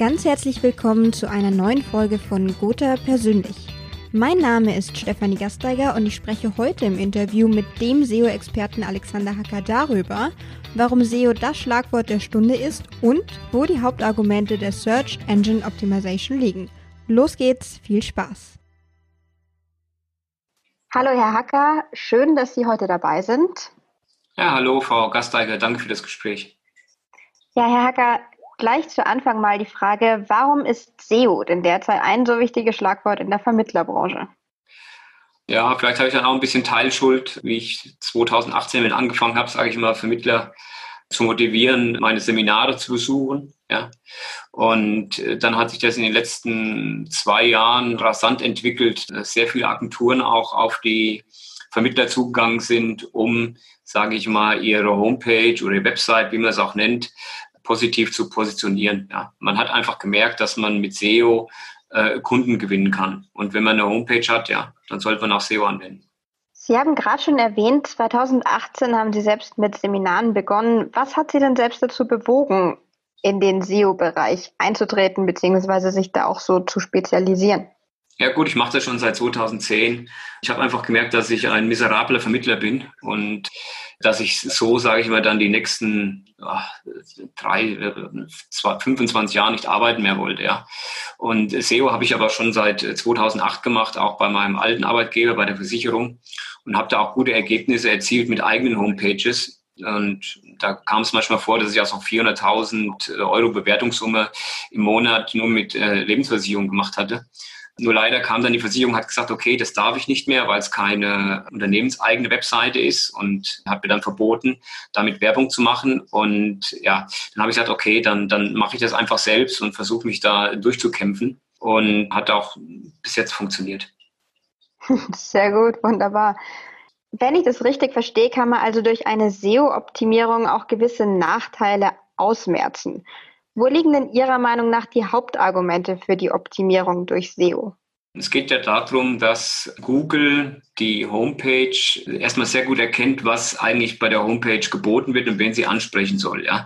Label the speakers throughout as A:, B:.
A: Ganz herzlich willkommen zu einer neuen Folge von Gotha Persönlich. Mein Name ist Stefanie Gasteiger und ich spreche heute im Interview mit dem SEO-Experten Alexander Hacker darüber, warum SEO das Schlagwort der Stunde ist und wo die Hauptargumente der Search Engine Optimization liegen. Los geht's, viel Spaß! Hallo Herr Hacker, schön, dass Sie heute dabei sind.
B: Ja, hallo Frau Gasteiger, danke für das Gespräch.
A: Ja, Herr Hacker, gleich zu Anfang mal die Frage, warum ist SEO denn derzeit ein so wichtiges Schlagwort in der Vermittlerbranche?
B: Ja, vielleicht habe ich dann auch ein bisschen Teilschuld, wie ich 2018 mit angefangen habe, sage ich mal, Vermittler zu motivieren, meine Seminare zu besuchen. Ja. Und dann hat sich das in den letzten 2 Jahren rasant entwickelt, dass sehr viele Agenturen auch auf die Vermittler zugegangen sind, um, sage ich mal, ihre Homepage oder ihre Website, wie man es auch nennt, positiv zu positionieren. Ja. Man hat einfach gemerkt, dass man mit SEO Kunden gewinnen kann. Und wenn man eine Homepage hat, ja, dann sollte man auch SEO anwenden.
A: Sie haben gerade schon erwähnt, 2018 haben Sie selbst mit Seminaren begonnen. Was hat Sie denn selbst dazu bewogen, in den SEO-Bereich einzutreten bzw. sich da auch so zu spezialisieren?
B: Ja gut, ich mache das schon seit 2010. Ich habe einfach gemerkt, dass ich ein miserabler Vermittler bin und dass ich so, sage ich mal, dann die nächsten 25 Jahre nicht arbeiten mehr wollte. Ja. Und SEO habe ich aber schon seit 2008 gemacht, auch bei meinem alten Arbeitgeber, bei der Versicherung, und habe da auch gute Ergebnisse erzielt mit eigenen Homepages. Und da kam es manchmal vor, dass ich auch so 400.000 Euro Bewertungssumme im Monat nur mit Lebensversicherung gemacht hatte. Nur leider kam dann die Versicherung, hat gesagt, okay, das darf ich nicht mehr, weil es keine unternehmenseigene Webseite ist, und hat mir dann verboten, damit Werbung zu machen. Und ja, dann habe ich gesagt, okay, dann mache ich das einfach selbst und versuche mich da durchzukämpfen, und hat auch bis jetzt funktioniert.
A: Sehr gut, wunderbar. Wenn ich das richtig verstehe, kann man also durch eine SEO-Optimierung auch gewisse Nachteile ausmerzen. Wo liegen denn Ihrer Meinung nach die Hauptargumente für die Optimierung durch SEO?
B: Es geht ja darum, dass Google die Homepage erstmal sehr gut erkennt, was eigentlich bei der Homepage geboten wird und wen sie ansprechen soll. Ja.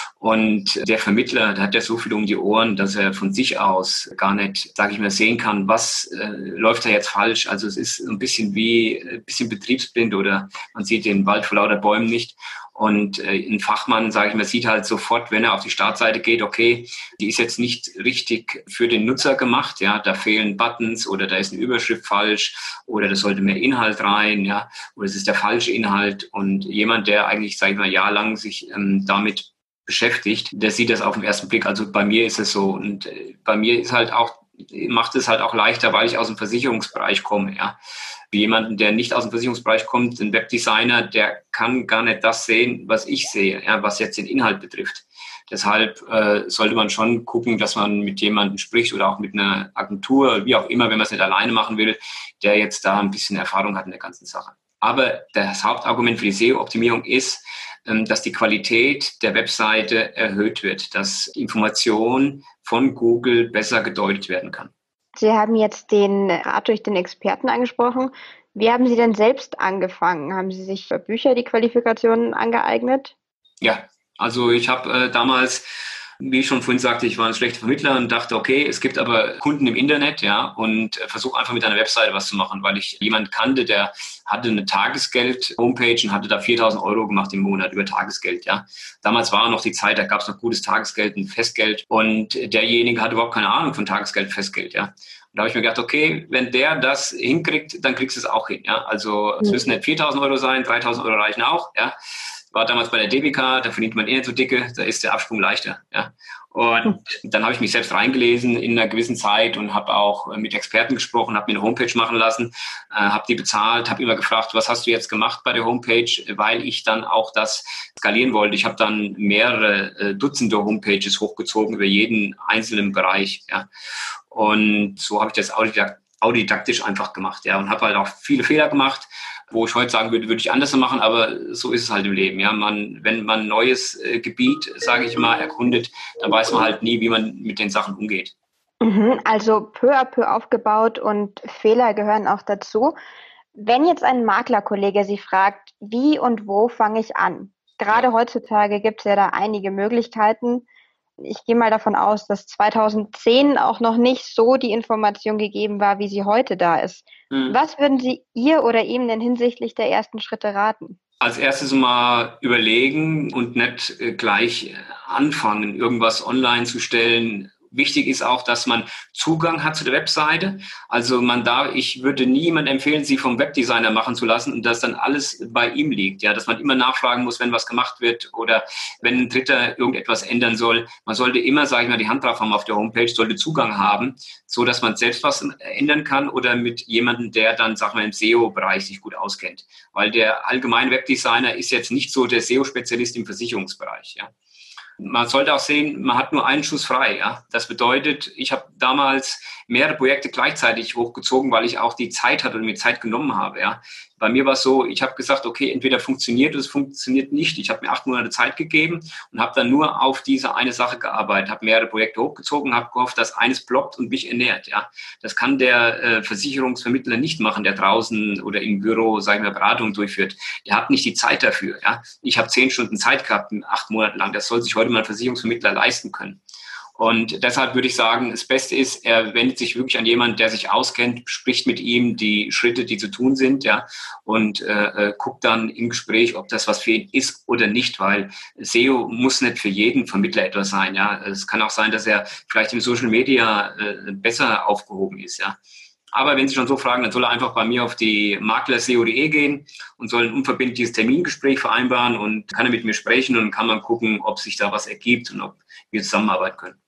B: Und der Vermittler, der hat ja so viel um die Ohren, dass er von sich aus gar nicht, sage ich mal, sehen kann, was läuft da jetzt falsch. Also es ist ein bisschen wie ein bisschen betriebsblind, oder man sieht den Wald vor lauter Bäumen nicht. Und ein Fachmann, sage ich mal, sieht halt sofort, wenn er auf die Startseite geht, okay, die ist jetzt nicht richtig für den Nutzer gemacht, ja, da fehlen Buttons oder da ist eine Überschrift falsch oder da sollte mehr Inhalt rein, ja, oder es ist der falsche Inhalt. Und jemand, der eigentlich, sage ich mal, jahrelang sich damit beschäftigt, der sieht das auf den ersten Blick. Also bei mir ist es so, und bei mir ist halt auch, macht es halt auch leichter, weil ich aus dem Versicherungsbereich komme, ja. Wie jemanden, der nicht aus dem Versicherungsbereich kommt, ein Webdesigner, der kann gar nicht das sehen, was ich sehe, ja, was jetzt den Inhalt betrifft. Deshalb sollte man schon gucken, dass man mit jemandem spricht oder auch mit einer Agentur, wie auch immer, wenn man es nicht alleine machen will, der jetzt da ein bisschen Erfahrung hat in der ganzen Sache. Aber das Hauptargument für die SEO-Optimierung ist, dass die Qualität der Webseite erhöht wird, dass Information von Google besser gedeutet werden kann.
A: Sie haben jetzt den Rat durch den Experten angesprochen. Wie haben Sie denn selbst angefangen? Haben Sie sich für Bücher die Qualifikationen angeeignet?
B: Ja, also ich habe damals, wie ich schon vorhin sagte, ich war ein schlechter Vermittler und dachte, okay, es gibt aber Kunden im Internet, ja, und versuche einfach mit einer Webseite was zu machen, weil ich jemanden kannte, der hatte eine Tagesgeld-Homepage und hatte da 4.000 Euro gemacht im Monat über Tagesgeld, ja. Damals war noch die Zeit, da gab es noch gutes Tagesgeld und Festgeld, und derjenige hatte überhaupt keine Ahnung von Tagesgeld, Festgeld, ja. Und da habe ich mir gedacht, okay, wenn der das hinkriegt, dann kriegst du es auch hin, ja. Also es müssen nicht 4.000 Euro sein, 3.000 Euro reichen auch, ja. War damals bei der DBK, da verdient man eh nicht so dicke, da ist der Absprung leichter. Ja. Und dann habe ich mich selbst reingelesen in einer gewissen Zeit und habe auch mit Experten gesprochen, habe mir eine Homepage machen lassen, habe die bezahlt, habe immer gefragt, was hast du jetzt gemacht bei der Homepage, weil ich dann auch das skalieren wollte. Ich habe dann mehrere Dutzende Homepages hochgezogen über jeden einzelnen Bereich. Ja. Und so habe ich das autodidaktisch einfach gemacht, ja, und habe halt auch viele Fehler gemacht, wo ich heute sagen würde, würde ich anders machen, aber so ist es halt im Leben, ja. Wenn man ein neues Gebiet, sage ich mal, erkundet, dann weiß man halt nie, wie man mit den Sachen umgeht.
A: Also peu à peu aufgebaut und Fehler gehören auch dazu. Wenn jetzt ein Maklerkollege Sie fragt, wie und wo fange ich an? Gerade
B: Ja.
A: heutzutage gibt es ja da einige Möglichkeiten. ich gehe mal davon aus, dass 2010 auch noch nicht so die Information gegeben war, wie sie heute da ist. Was würden Sie ihr oder ihm denn hinsichtlich der ersten Schritte raten?
B: Als erstes mal überlegen und nicht gleich anfangen, irgendwas online zu stellen. Wichtig ist auch, dass man Zugang hat zu der Webseite. Also ich würde niemandem empfehlen, sie vom Webdesigner machen zu lassen und dass dann alles bei ihm liegt. Ja, dass man immer nachfragen muss, wenn was gemacht wird oder wenn ein Dritter irgendetwas ändern soll. Man sollte immer, sage ich mal, die Hand drauf haben auf der Homepage, sollte Zugang haben, so dass man selbst was ändern kann oder mit jemandem, der dann, sag mal, im SEO-Bereich sich gut auskennt. Weil der allgemeine Webdesigner ist jetzt nicht so der SEO-Spezialist im Versicherungsbereich. Ja. Man sollte auch sehen, man hat nur einen Schuss frei. Ja? Das bedeutet, ich habe damals mehrere Projekte gleichzeitig hochgezogen, weil ich auch die Zeit hatte und mir Zeit genommen habe. Ja? Bei mir war es so, ich habe gesagt, okay, entweder funktioniert oder es funktioniert nicht. Ich habe mir 8 Monate Zeit gegeben und habe dann nur auf diese eine Sache gearbeitet, habe mehrere Projekte hochgezogen, habe gehofft, dass eines ploppt und mich ernährt. Ja? Das kann der Versicherungsvermittler nicht machen, der draußen oder im Büro, sage ich mal, Beratung durchführt. Der hat nicht die Zeit dafür. Ja? Ich habe 10 Stunden Zeit gehabt, 8 Monate lang. Das soll sich heute mal ein Versicherungsvermittler leisten können. Und deshalb würde ich sagen, das Beste ist, er wendet sich wirklich an jemanden, der sich auskennt, spricht mit ihm die Schritte, die zu tun sind, ja, und guckt dann im Gespräch, ob das was für ihn ist oder nicht, weil SEO muss nicht für jeden Vermittler etwas sein, ja. Es kann auch sein, dass er vielleicht im Social Media besser aufgehoben ist, ja. Aber wenn Sie schon so fragen, dann soll er einfach bei mir auf die maklerseo.de gehen und soll ein unverbindliches Termingespräch vereinbaren und kann er mit mir sprechen und dann kann man gucken, ob sich da was ergibt und ob wir zusammenarbeiten können.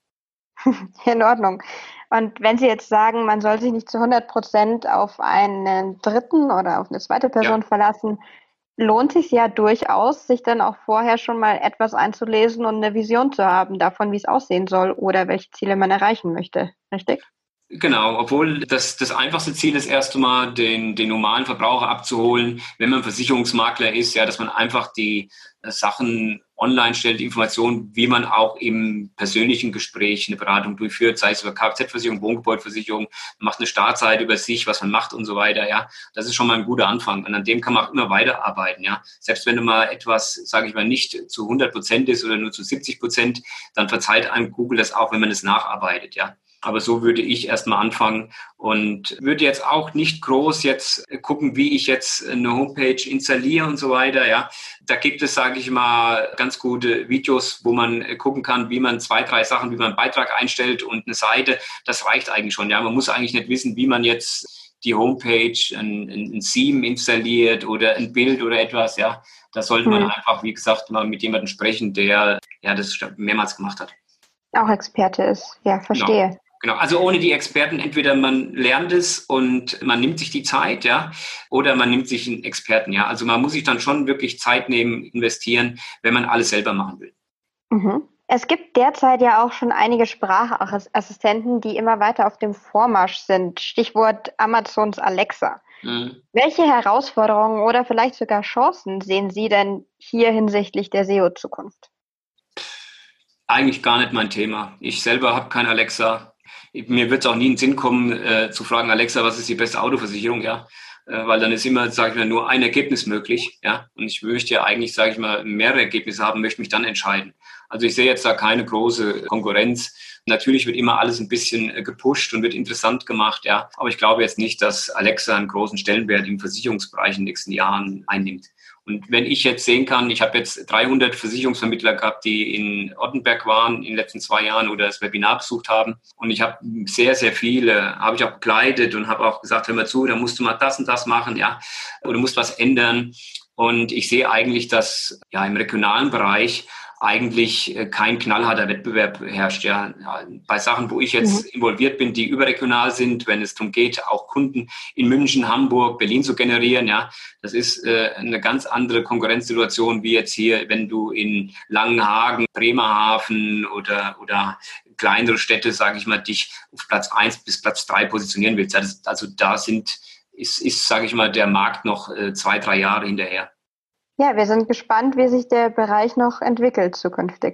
A: In Ordnung. Und wenn Sie jetzt sagen, man soll sich nicht zu 100% auf einen Dritten oder auf eine zweite Person verlassen, lohnt sich ja durchaus, sich dann auch vorher schon mal etwas einzulesen und eine Vision zu haben davon, wie es aussehen soll oder welche Ziele man erreichen möchte. Richtig?
B: Genau, obwohl das einfachste Ziel ist erst einmal, den normalen Verbraucher abzuholen, wenn man Versicherungsmakler ist, ja, dass man einfach die Sachen online stellt, Informationen, wie man auch im persönlichen Gespräch eine Beratung durchführt, sei es über Kfz-Versicherung, Wohngebäudeversicherung, man macht eine Startseite über sich, was man macht und so weiter, ja. Das ist schon mal ein guter Anfang und an dem kann man auch immer weiterarbeiten, ja. Selbst wenn du mal etwas, sage ich mal, nicht zu 100% ist oder nur zu 70%, dann verzeiht einem Google das auch, wenn man es nacharbeitet, ja. Aber so würde ich erstmal anfangen und würde jetzt auch nicht groß jetzt gucken, wie ich jetzt eine Homepage installiere und so weiter. Ja, da gibt es, sage ich mal, ganz gute Videos, wo man gucken kann, wie man 2, 3 Sachen, wie man einen Beitrag einstellt und eine Seite. Das reicht eigentlich schon. Ja, man muss eigentlich nicht wissen, wie man jetzt die Homepage, ein Theme installiert oder ein Bild oder etwas. Ja, da sollte man einfach, wie gesagt, mal mit jemandem sprechen, der ja das mehrmals gemacht hat.
A: Auch Experte ist. Ja, verstehe.
B: Genau, also ohne die Experten, entweder man lernt es und man nimmt sich die Zeit, ja, oder man nimmt sich einen Experten, ja. Also man muss sich dann schon wirklich Zeit nehmen, investieren, wenn man alles selber machen will.
A: Mhm. Es gibt derzeit ja auch schon einige Sprachassistenten, die immer weiter auf dem Vormarsch sind. Stichwort Amazons Alexa. Welche Herausforderungen oder vielleicht sogar Chancen sehen Sie denn hier hinsichtlich der SEO-Zukunft?
B: Eigentlich gar nicht mein Thema. Ich selber habe kein Alexa. Mir wird es auch nie in den Sinn kommen, zu fragen, Alexa, was ist die beste Autoversicherung, ja? Weil dann ist immer, sage ich mal, nur ein Ergebnis möglich, ja? Und ich möchte ja eigentlich, sage ich mal, mehrere Ergebnisse haben, möchte mich dann entscheiden. Also ich sehe jetzt da keine große Konkurrenz. Natürlich wird immer alles ein bisschen gepusht und wird interessant gemacht, ja. Aber ich glaube jetzt nicht, dass Alexa einen großen Stellenwert im Versicherungsbereich in den nächsten Jahren einnimmt. Und wenn ich jetzt sehen kann, ich habe jetzt 300 Versicherungsvermittler gehabt, die in Ottenberg waren in den letzten 2 Jahren oder das Webinar besucht haben. Und ich habe sehr, sehr viele, habe ich auch begleitet und habe auch gesagt, hör mal zu, da musst du mal das und das machen, ja, oder musst was ändern. Und ich sehe eigentlich, dass ja im regionalen Bereich eigentlich kein knallharter Wettbewerb herrscht. Ja, bei Sachen, wo ich jetzt involviert bin, die überregional sind, wenn es darum geht, auch Kunden in München, Hamburg, Berlin zu generieren, ja, das ist eine ganz andere Konkurrenzsituation wie jetzt hier, wenn du in Langenhagen, Bremerhaven oder kleinere Städte, sage ich mal, dich auf Platz 1 bis Platz 3 positionieren willst. Also da ist, sage ich mal, der Markt noch 2, 3 Jahre hinterher.
A: Ja, wir sind gespannt, wie sich der Bereich noch entwickelt zukünftig.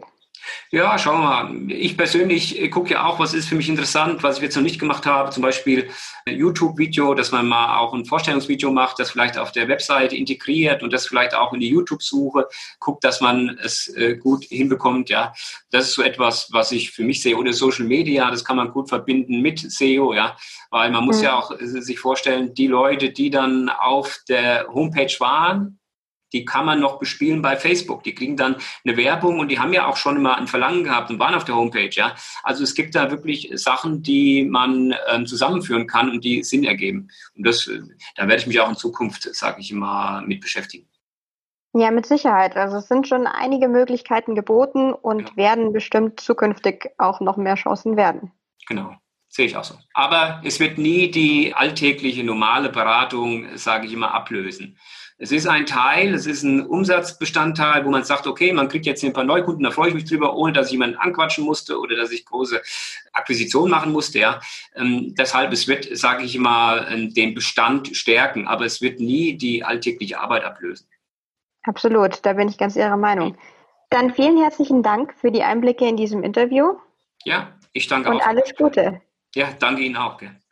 B: Ja, schauen wir mal. Ich persönlich gucke ja auch, was ist für mich interessant, was ich jetzt noch nicht gemacht habe. Zum Beispiel ein YouTube-Video, dass man mal auch ein Vorstellungsvideo macht, das vielleicht auf der Website integriert und das vielleicht auch in die YouTube-Suche guckt, dass man es gut hinbekommt. Ja, das ist so etwas, was ich für mich sehe. Oder Social Media, das kann man gut verbinden mit SEO. Ja, weil man muss ja auch sich vorstellen, die Leute, die dann auf der Homepage waren, die kann man noch bespielen bei Facebook. Die kriegen dann eine Werbung und die haben ja auch schon immer ein Verlangen gehabt und waren auf der Homepage. Ja, also es gibt da wirklich Sachen, die man zusammenführen kann und die Sinn ergeben. Und da werde ich mich auch in Zukunft, sage ich immer, mit beschäftigen.
A: Ja, mit Sicherheit. Also es sind schon einige Möglichkeiten geboten und
B: Ja,
A: werden bestimmt zukünftig auch noch mehr Chancen werden.
B: genau. Sehe ich auch so. Aber es wird nie die alltägliche, normale Beratung, sage ich immer, ablösen. Es ist ein Teil, es ist ein Umsatzbestandteil, wo man sagt, okay, man kriegt jetzt hier ein paar Neukunden, da freue ich mich drüber, ohne dass ich jemanden anquatschen musste oder dass ich große Akquisitionen machen musste. Ja. Deshalb, es wird, sage ich immer, den Bestand stärken, aber es wird nie die alltägliche Arbeit ablösen.
A: Absolut, da bin ich ganz Ihrer Meinung. Dann vielen herzlichen Dank für die Einblicke in diesem Interview
B: Ja, ich danke
A: und
B: auch.
A: alles Gute.
B: Ja, danke Ihnen auch. Gell.